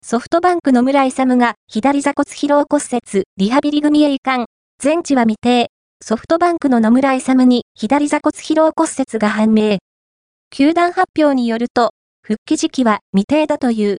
ソフトバンク野村勇が左座骨疲労骨折、リハビリ組へ移管。全治は未定。ソフトバンクの野村勇に左座骨疲労骨折が判明。球団発表によると、復帰時期は未定だという。